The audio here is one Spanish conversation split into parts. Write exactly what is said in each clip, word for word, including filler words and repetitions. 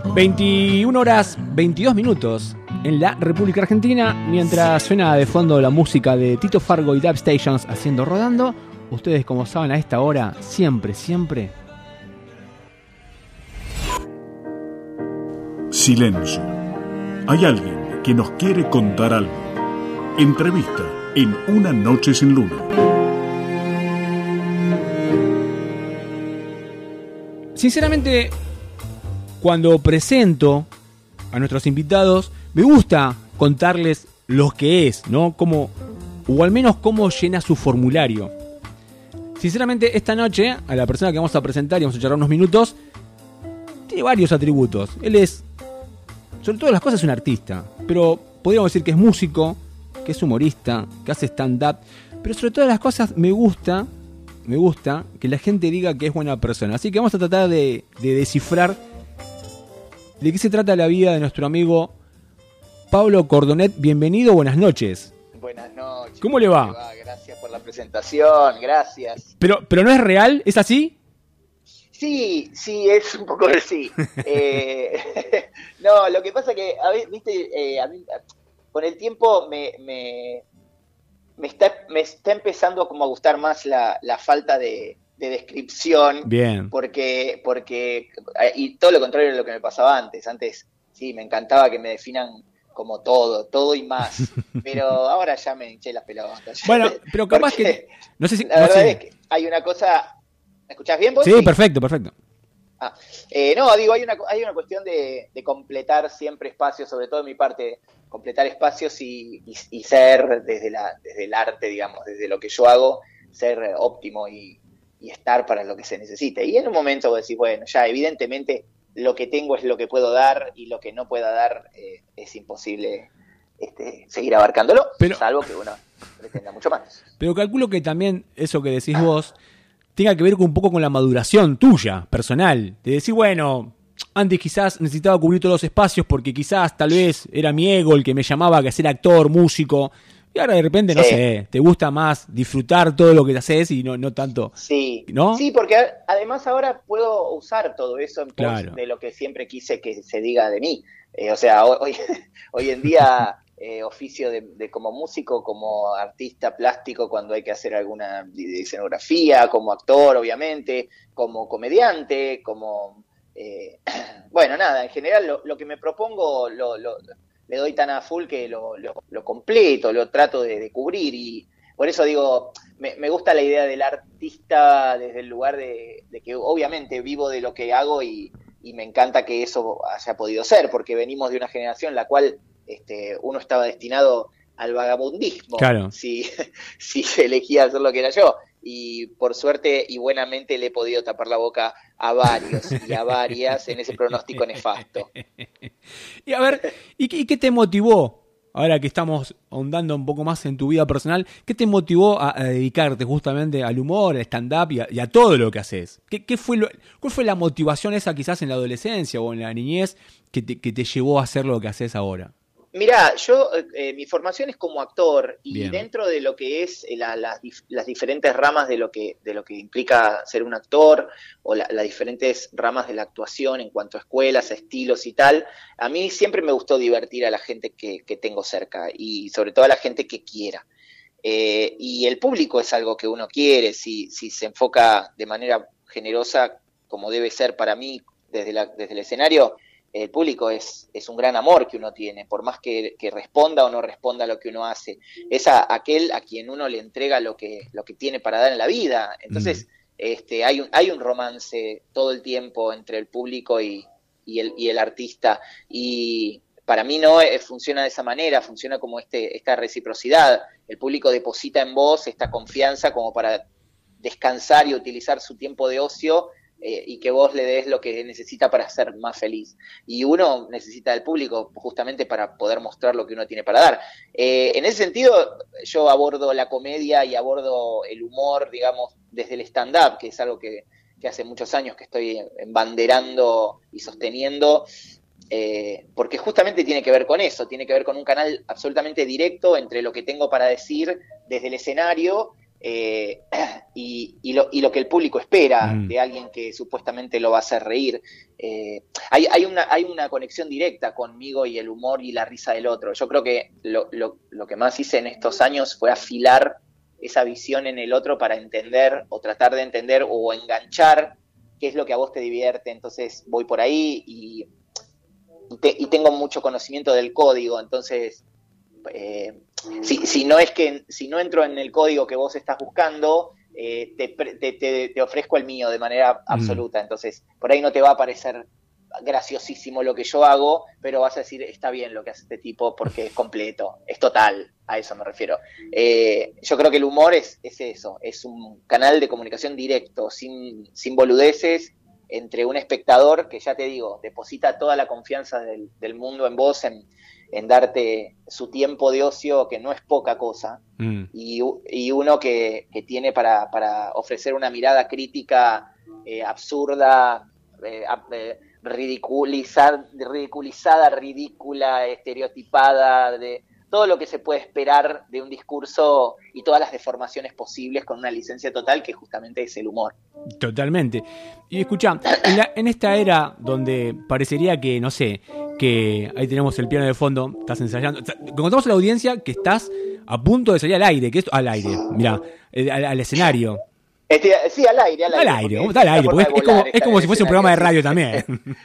veintiuna horas veintidós minutos en la República Argentina. Mientras suena de fondo la música de Tito Fargo y Dub Stations haciendo Rodando, ustedes, como saben, a esta hora siempre, siempre... Silencio. Hay alguien que nos quiere contar algo. Entrevista en Una Noche Sin Luna. Sinceramente, cuando presento a nuestros invitados, me gusta contarles lo que es, ¿no? Cómo, o al menos cómo llena su formulario. Sinceramente, esta noche, a la persona que vamos a presentar y vamos a charlar unos minutos, tiene varios atributos. Él es, sobre todas las cosas, un artista, pero podríamos decir que es músico, que es humorista, que hace stand-up, pero sobre todas las cosas me gusta, me gusta que la gente diga que es buena persona. Así que vamos a tratar de, de descifrar de qué se trata la vida de nuestro amigo Pablo Cordonet. Bienvenido, buenas noches. Buenas noches. ¿Cómo le va? ¿Cómo le va? Gracias por la presentación, gracias. Pero, pero no es real, ¿es así? Sí, sí, es un poco así. eh, no, lo que pasa que, a ver, viste, eh, a mí, con el tiempo me, me, me, está, me está empezando como a gustar más la, la falta de, de descripción. Bien. Porque, porque, y todo lo contrario de lo que me pasaba antes. Antes, sí, me encantaba que me definan como todo, todo y más. Pero ahora ya me hinché las pelotas. Bueno, pero capaz que... No sé si... La no verdad sé. es que hay una cosa... ¿Me escuchás bien vos? Sí, sí, perfecto, perfecto. Ah, eh, no, digo, hay una, hay una cuestión de, de completar siempre espacios, sobre todo en mi parte, completar espacios y, y, y ser desde, la, desde el arte, digamos, desde lo que yo hago, ser óptimo y, y estar para lo que se necesite. Y en un momento vos decís, bueno, ya evidentemente lo que tengo es lo que puedo dar y lo que no pueda dar eh, es imposible este, seguir abarcándolo, pero, salvo que uno pretenda mucho más. Pero calculo que también eso que decís vos tenga que ver con un poco con la maduración tuya, personal, de decir, bueno, antes quizás necesitaba cubrir todos los espacios porque quizás tal vez era mi ego el que me llamaba a ser actor, músico, y ahora de repente, no sí. sé, te gusta más disfrutar todo lo que te haces y no, no tanto, sí, ¿no? Sí, porque además ahora puedo usar todo eso en pos claro. de lo que siempre quise que se diga de mí, eh, o sea, hoy, hoy en día... Eh, oficio de, de como músico, como artista plástico cuando hay que hacer alguna escenografía, como actor obviamente, como comediante, como eh, bueno, nada, en general lo, lo que me propongo lo, lo, le doy tan a full que lo, lo, lo completo, lo trato de, de cubrir y por eso digo, me, me gusta la idea del artista desde el lugar de, de que obviamente vivo de lo que hago y, y me encanta que eso haya podido ser, porque venimos de una generación en la cual Este, uno estaba destinado al vagabundismo, claro. si, si se elegía hacer lo que era yo, y por suerte y buenamente le he podido tapar la boca a varios y a varias en ese pronóstico nefasto. Y a ver, ¿y qué, y qué te motivó, ahora que estamos ahondando un poco más en tu vida personal, qué te motivó a, a dedicarte justamente al humor, al stand-up y a, y a todo lo que haces? ¿Qué, qué fue lo, ¿Cuál fue la motivación esa quizás en la adolescencia o en la niñez que te, que te llevó a hacer lo que haces ahora? Mirá, yo, eh, mi formación es como actor y Bien. Dentro de lo que es la, la, las diferentes ramas de lo que de lo que implica ser un actor o la, las diferentes ramas de la actuación en cuanto a escuelas, estilos y tal, a mí siempre me gustó divertir a la gente que, que tengo cerca y sobre todo a la gente que quiera. Eh, y el público es algo que uno quiere, si, si se enfoca de manera generosa como debe ser para mí desde, la, desde el escenario. El público es, es un gran amor que uno tiene, por más que, que responda o no responda a lo que uno hace. Es a, aquel a quien uno le entrega lo que, lo que tiene para dar en la vida. Entonces, mm. este, hay, un, hay un romance todo el tiempo entre el público y, y, el, y el artista. Y para mí no eh, funciona de esa manera, funciona como este, esta reciprocidad. El público deposita en vos esta confianza como para descansar y utilizar su tiempo de ocio, Eh, y que vos le des lo que necesita para ser más feliz. Y uno necesita del público justamente para poder mostrar lo que uno tiene para dar. Eh, en ese sentido, yo abordo la comedia y abordo el humor, digamos, desde el stand-up, que es algo que, que hace muchos años que estoy embanderando y sosteniendo, eh, porque justamente tiene que ver con eso, tiene que ver con un canal absolutamente directo entre lo que tengo para decir desde el escenario eh, y, y, lo, y lo que el público espera mm. de alguien que supuestamente lo va a hacer reír. Eh, hay, hay, una, hay una conexión directa conmigo y el humor y la risa del otro. Yo creo que lo, lo, lo que más hice en estos años fue afilar esa visión en el otro para entender o tratar de entender o enganchar qué es lo que a vos te divierte. Entonces voy por ahí y, y, te, y tengo mucho conocimiento del código. Entonces, eh, si, si no es que si no entro en el código que vos estás buscando, eh, te, te, te, te ofrezco el mío de manera absoluta. Entonces, por ahí no te va a parecer graciosísimo lo que yo hago, pero vas a decir, está bien lo que hace este tipo porque es completo, es total, a eso me refiero. Eh, yo creo que el humor es, es eso, es un canal de comunicación directo, sin, sin boludeces, entre un espectador que, ya te digo, deposita toda la confianza del, del mundo en vos, en, en darte su tiempo de ocio, que no es poca cosa, mm. y, y uno que, que tiene para, para ofrecer una mirada crítica eh, absurda, eh, eh, ridiculizar, ridiculizada, ridícula, estereotipada, de todo lo que se puede esperar de un discurso y todas las deformaciones posibles con una licencia total, que justamente es el humor. Totalmente. Y escuchá, en, la, en esta era donde parecería que, no sé, que ahí tenemos el piano de fondo, estás ensayando, contamos a la audiencia que estás a punto de salir al aire, que es al aire, mirá, al, al escenario. Este, sí, al aire, al aire. Al aire, está al aire, porque es, es como, es como si fuese un programa de radio también.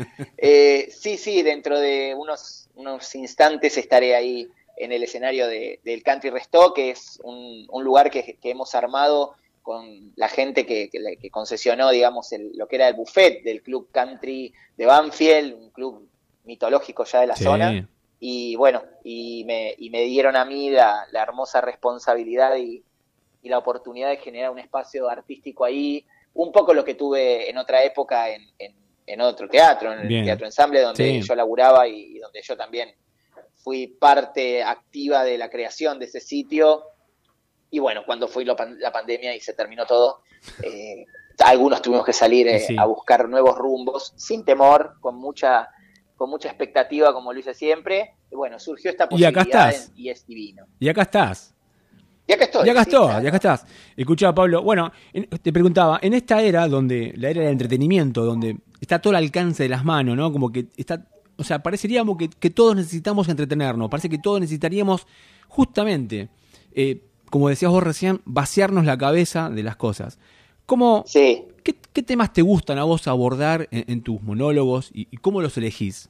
eh, sí, sí, dentro de unos, unos instantes estaré ahí en el escenario de, del Country Resto, que es un, un lugar que, que hemos armado con la gente que, que, que concesionó, digamos, el, lo que era el buffet del Club Country de Banfield, un club mitológico ya de la sí. zona. Y bueno, y me, y me dieron a mí la, la hermosa responsabilidad y y la oportunidad de generar un espacio artístico ahí, un poco lo que tuve en otra época en, en, en otro teatro, en el Bien. Teatro Ensamble, donde sí. yo laburaba y, y donde yo también fui parte activa de la creación de ese sitio. Y bueno, cuando fue lo, la pandemia y se terminó todo, eh, algunos tuvimos que salir eh, sí. a buscar nuevos rumbos, sin temor, con mucha, con mucha expectativa, como lo hice siempre. Y bueno, surgió esta posibilidad y acá estás. En, y es divino. Y acá estás. Y acá estoy. Y acá sí, estoy, claro. y acá estás. Escuchá, Pablo, bueno, en, te preguntaba, en esta era donde, la era del entretenimiento, donde está todo al alcance de las manos, ¿no? Como que está, o sea, parecería como que, que todos necesitamos entretenernos, parece que todos necesitaríamos justamente, eh, como decías vos recién, vaciarnos la cabeza de las cosas. ¿Cómo, sí. ¿qué, qué temas te gustan a vos abordar en, en tus monólogos y, y cómo los elegís?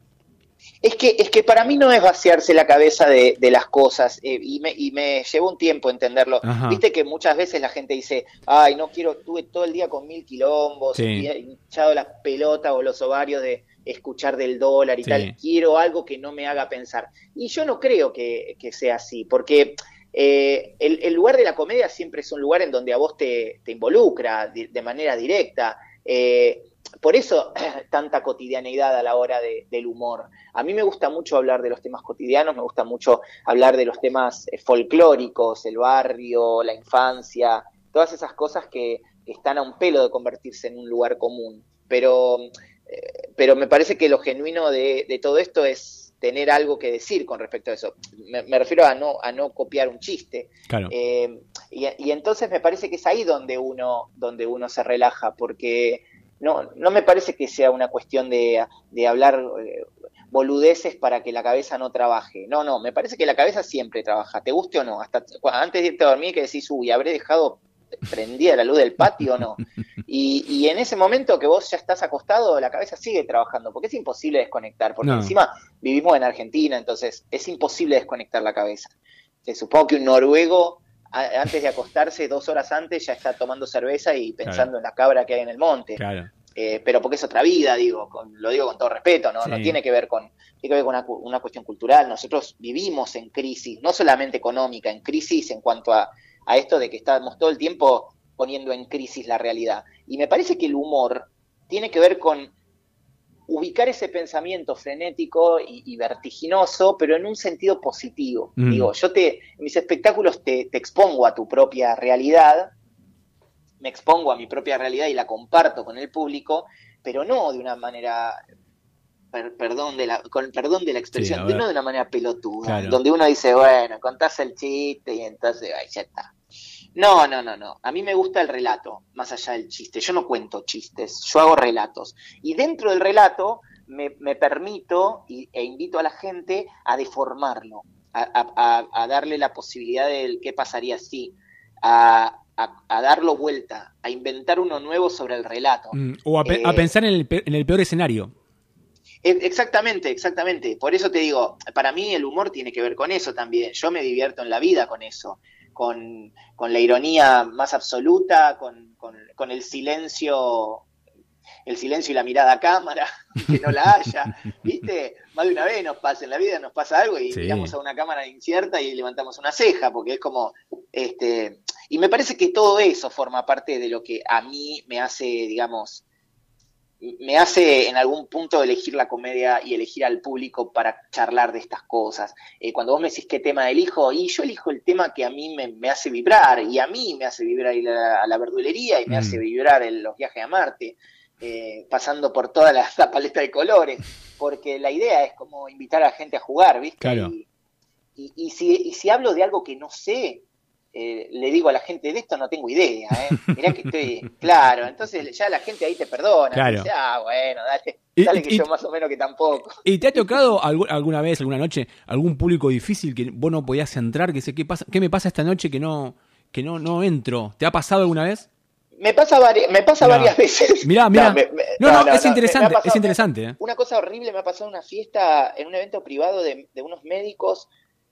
Es que, es que para mí no es vaciarse la cabeza de, de las cosas, eh, y, me, y me llevó un tiempo entenderlo. Ajá. Viste que muchas veces la gente dice, ay, no quiero, estuve todo el día con mil quilombos, sí. hinchado las pelotas o los ovarios de escuchar del dólar y sí. tal, quiero algo que no me haga pensar. Y yo no creo que, que sea así, porque eh, el, el lugar de la comedia siempre es un lugar en donde a vos te, te involucra de, de manera directa. Eh, Por eso tanta cotidianeidad a la hora de, del humor. A mí me gusta mucho hablar de los temas cotidianos, me gusta mucho hablar de los temas eh, folclóricos, el barrio, la infancia, todas esas cosas que, que están a un pelo de convertirse en un lugar común. Pero, eh, pero me parece que lo genuino de, de todo esto es tener algo que decir con respecto a eso. Me, me refiero a no, a no copiar un chiste. Claro. Eh, y, y entonces me parece que es ahí donde uno, donde uno se relaja, porque No, no me parece que sea una cuestión de, de hablar eh, boludeces para que la cabeza no trabaje. No, no, me parece que la cabeza siempre trabaja, te guste o no. Hasta antes de irte a dormir que decís, uy, ¿habré dejado prendida la luz del patio o no? Y, y en ese momento que vos ya estás acostado, la cabeza sigue trabajando, porque es imposible desconectar, porque no. encima vivimos en Argentina, entonces es imposible desconectar la cabeza. Se supongo que un noruego, a, antes de acostarse, dos horas antes, ya está tomando cerveza y pensando claro. en la cabra que hay en el monte. Claro. Eh, pero porque es otra vida, digo, con, lo digo con todo respeto, ¿no? Sí. No tiene que ver con, tiene que ver con una, una cuestión cultural. Nosotros vivimos en crisis, no solamente económica, en crisis en cuanto a, a esto de que estamos todo el tiempo poniendo en crisis la realidad. Y me parece que el humor tiene que ver con ubicar ese pensamiento frenético y, y vertiginoso, pero en un sentido positivo. Mm. Digo, yo te, en mis espectáculos te, te expongo a tu propia realidad, me expongo a mi propia realidad y la comparto con el público, pero no de una manera, per, perdón de la con perdón de la expresión, sí, no de una manera pelotuda, claro. donde uno dice, bueno, contás el chiste y entonces, ay, ya está. No, no, no, no. A mí me gusta el relato, más allá del chiste. Yo no cuento chistes, yo hago relatos. Y dentro del relato me, me permito y, e invito a la gente a deformarlo, a, a, a darle la posibilidad de qué pasaría si, a, a, a darlo vuelta, a inventar uno nuevo sobre el relato. Mm, o a, pe- eh, a pensar en el, pe- en el peor escenario. Exactamente, exactamente. Por eso te digo, para mí el humor tiene que ver con eso también. Yo me divierto en la vida con eso, con, con la ironía más absoluta, con, con, con el silencio, el silencio y la mirada a cámara, que no la haya, ¿viste? Más de una vez nos pasa en la vida, nos pasa algo y Sí. miramos a una cámara incierta y levantamos una ceja, porque es como, este, y me parece que todo eso forma parte de lo que a mí me hace, digamos, me hace en algún punto elegir la comedia y elegir al público para charlar de estas cosas. Eh, cuando vos me decís qué tema elijo, y yo elijo el tema que a mí me, me hace vibrar, y a mí me hace vibrar ir a la, a la verdulería, y me Mm. hace vibrar el, los viajes a Marte, eh, pasando por toda la, la paleta de colores, porque la idea es como invitar a la gente a jugar, ¿viste? Claro. Y, y, y, si, y si hablo de algo que no sé, Eh, le digo a la gente, de esto no tengo idea, ¿eh? Mirá que estoy, claro, entonces ya la gente ahí te perdona, Claro. dice, ah, bueno, dale, Y- dale que y- yo más o menos que tampoco. ¿Y te ha tocado algu- alguna vez, alguna noche, algún público difícil que vos no podías entrar, que dice, ¿qué pasa, qué me pasa esta noche que no, que no, no entro? ¿Te ha pasado alguna vez? Me pasa, vari me pasa Mirá. varias veces. Mirá, mirá. No, me- me- No, no, no, no, es no, interesante, me- me ha pasado- es interesante, ¿eh? Una cosa horrible me ha pasado en una fiesta, en un evento privado de, de unos médicos,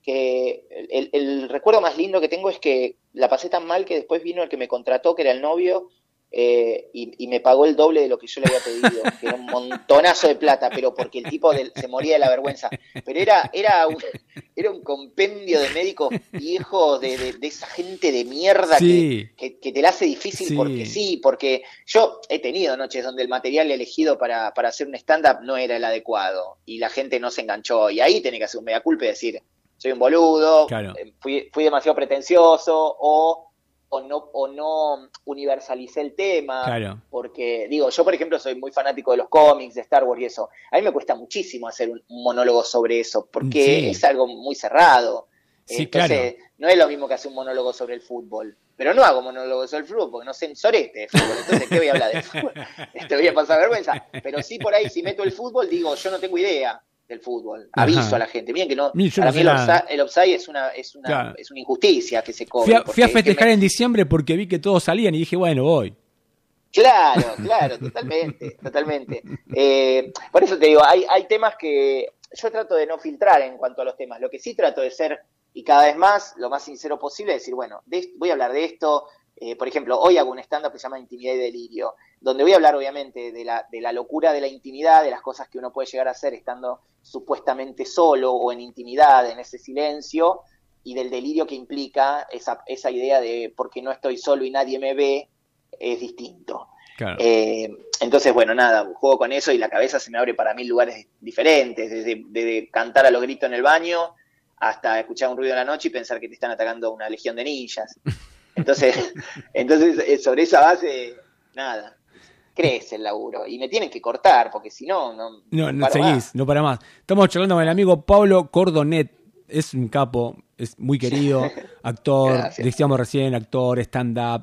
que el, el recuerdo más lindo que tengo es que la pasé tan mal que después vino el que me contrató, que era el novio, eh, y, y me pagó el doble de lo que yo le había pedido, que era un montonazo de plata, pero porque el tipo de, se moría de la vergüenza. Pero era, era, un, era un compendio de médicos viejos, de, de, de esa gente de mierda Sí. que, que, que te la hace difícil Sí. porque sí, porque yo he tenido noches donde el material elegido para, para hacer un stand-up no era el adecuado, y la gente no se enganchó, y ahí tenés que hacer un mea culpa y decir, soy un boludo, Claro. eh, fui, fui demasiado pretencioso, o, o, no, o no universalicé el tema, Claro. porque, digo, yo por ejemplo soy muy fanático de los cómics, de Star Wars y eso, a mí me cuesta muchísimo hacer un, un monólogo sobre eso, porque Sí. es algo muy cerrado. Sí, Entonces, claro. no es lo mismo que hacer un monólogo sobre el fútbol. Pero no hago monólogos sobre el fútbol porque no sé en sorete de fútbol. Entonces, ¿qué voy a hablar de fútbol? Te voy a pasar vergüenza. Pero sí, por ahí, si meto el fútbol, digo, yo no tengo idea del fútbol. Aviso Ajá. a la gente. Miren que no, Mira, yo para no mí sé el, nada. offside, el offside es una, es una, Claro. es una injusticia que se cobre. Fui a, fui a porque- festejar que me- en diciembre porque vi que todos salían y dije, bueno, voy. Claro, claro, totalmente, totalmente. Eh, por eso te digo, hay, hay temas que yo trato de no filtrar en cuanto a los temas. Lo que sí trato de ser, y cada vez más, lo más sincero posible, es decir, bueno, de esto- voy a hablar de esto. Eh, por ejemplo, hoy hago un stand-up que se llama Intimidad y Delirio, donde voy a hablar obviamente de la, de la locura de la intimidad, de las cosas que uno puede llegar a hacer estando supuestamente solo o en intimidad, en ese silencio, y del delirio que implica esa, esa idea de porque no estoy solo y nadie me ve, es distinto. Claro. Eh, entonces, bueno, nada, juego con eso y la cabeza se me abre para mil lugares diferentes, desde, desde cantar a los gritos en el baño hasta escuchar un ruido en la noche y pensar que te están atacando una legión de ninjas. Entonces, entonces eh, sobre esa base, nada, crece el laburo y me tienen que cortar porque si no, no, No, no paro seguís, más. no para más. Estamos charlando con el amigo Pablo Cordonet. Es un capo, es muy querido, actor, Gracias. decíamos recién, actor, stand-up,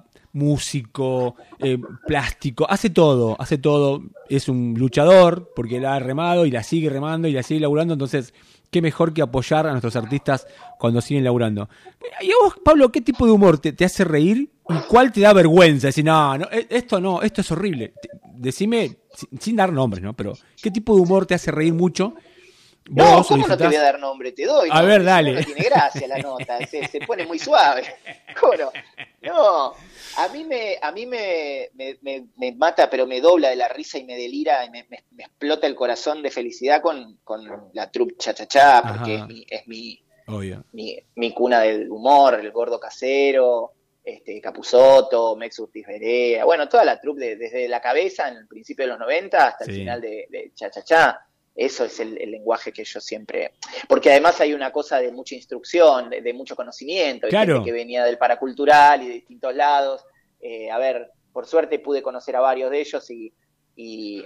músico, eh, plástico, hace todo, hace todo. Es un luchador porque la ha remado y la sigue remando y la sigue laburando, entonces qué mejor que apoyar a nuestros artistas cuando siguen laburando. Y a vos, Pablo, ¿qué tipo de humor te, te hace reír y cuál te da vergüenza? Decir, no, no, esto no, esto es horrible. Te- Decime, sin, sin dar nombres, ¿no? Pero, ¿qué tipo de humor te hace reír mucho? No, ¿Vos ¿cómo lo no te disfrutás? voy a dar nombre? Te doy. A nombre, ver, si dale. no, no tiene gracia la nota, se, se pone muy suave. ¿Cómo no? No, a mí me, a mí me, me, me, me mata, pero me dobla de la risa y me delira y me, me, me explota el corazón de felicidad con, con la troupe Cha Cha Cha, porque Ajá. es mi, es mi, Obvio. mi, mi cuna del humor, el Gordo Casero, este, Capusotto, Mex Urtiz Berea, bueno, toda la troupe de- desde la cabeza en el principio de los noventa hasta Sí. el final de, de Cha Cha Cha. Eso es el, el lenguaje que yo siempre... Porque además hay una cosa de mucha instrucción, de, de mucho conocimiento, hay Claro. gente que venía del paracultural y de distintos lados. Eh, a ver, por suerte pude conocer a varios de ellos y, y,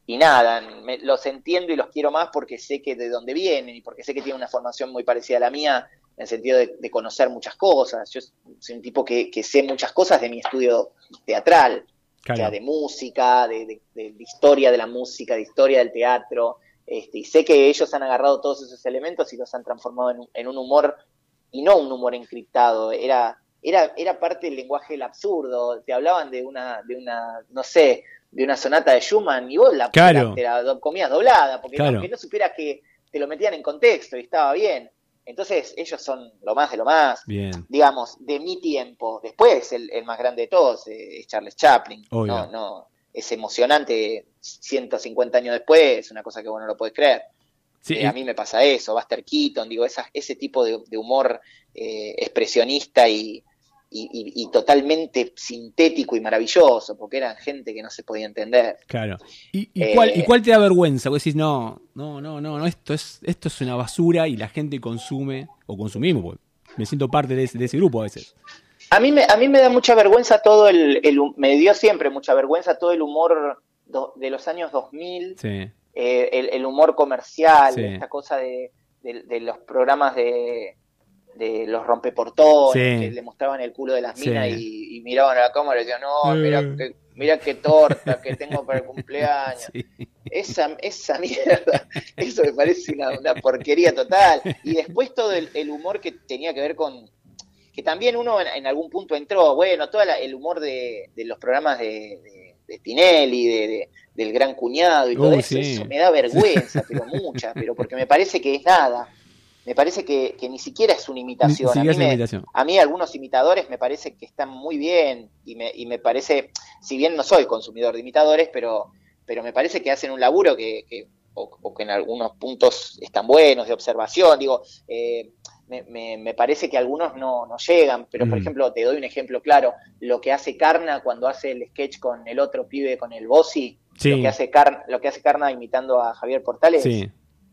y nada, me, los entiendo y los quiero más porque sé que de dónde vienen y porque sé que tienen una formación muy parecida a la mía en el sentido de, de conocer muchas cosas. Yo soy un tipo que, que sé muchas cosas de mi estudio teatral, claro. O sea, de música, de, de, de historia de la música, de historia del teatro, este, y sé que ellos han agarrado todos esos elementos y los han transformado en, en un humor, y no un humor encriptado, era, era, era parte del lenguaje del absurdo. Te hablaban de una, de una, no sé, de una sonata de Schumann y vos la, claro. la, te la comías doblada, porque claro. aunque no supieras que te lo metían en contexto y estaba bien. Entonces ellos son lo más de lo más, bien. Digamos, de mi tiempo. Después el, el más grande de todos eh, es Charles Chaplin. Obvio. No, no, es emocionante ciento cincuenta años después, es una cosa que vos no lo podés creer. Sí, eh, a mí me pasa eso, Buster Keaton, digo, esa, ese tipo de, de humor eh, expresionista y, y, y, y totalmente sintético y maravilloso, porque eran gente que no se podía entender. Claro. ¿Y, y, eh, cuál, ¿y cuál te da vergüenza? Vos decís, no, no, no, no, no esto, es, esto es una basura y la gente consume, o consumimos, porque me siento parte de ese, de ese grupo a veces. A mí me, a mí me da mucha vergüenza todo el, el, me dio siempre mucha vergüenza todo el humor do, de los años dos mil, sí. eh, el, el humor comercial, sí. esta cosa de, de, de los programas de, de los rompeportones, sí. que le mostraban el culo de las minas sí. y, y miraban a la cámara y decían, no, mira que, mira qué torta que tengo para el cumpleaños. Sí. Esa, esa mierda, eso me parece una, una porquería total. Y después todo el, el humor que tenía que ver con, que también uno en, en algún punto entró, bueno, todo la, el humor de, de los programas de, de, de Tinelli, de, de, del Gran Cuñado y todo uh, eso, sí. Eso me da vergüenza, pero mucha, pero porque me parece que es nada. Me parece que, que ni siquiera es una imitación. Sí, a, mí es me, imitación. a mí algunos imitadores me parece que están muy bien y me, y me parece, si bien no soy consumidor de imitadores, pero, pero me parece que hacen un laburo que, que o, o que en algunos puntos están buenos, de observación. Digo, eh, me, me, me parece que algunos no, no llegan, pero mm. por ejemplo, te doy un ejemplo claro, lo que hace Carna cuando hace el sketch con el otro pibe, con el Bossi, sí. lo que hace Carna, lo que hace Carna imitando a Javier Portales. Sí.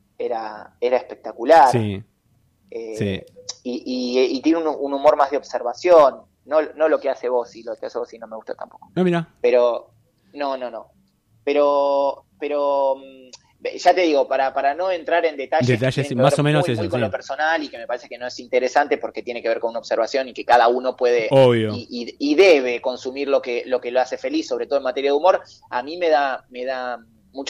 Era, era espectacular. Sí. Eh, sí. y, y, y tiene un, un humor más de observación, no, no lo que hace Bossi, lo que hace Bossi no me gusta tampoco. No, mira. Pero, no, no, no. Pero, pero ya te digo, para, para no entrar en detalles, detalles sí, más o menos muy, eso, muy con sí. lo personal y que me parece que no es interesante porque tiene que ver con una observación y que cada uno puede Obvio. Y, y, y debe consumir lo que, lo que lo hace feliz, sobre todo en materia de humor. A mí me da, me da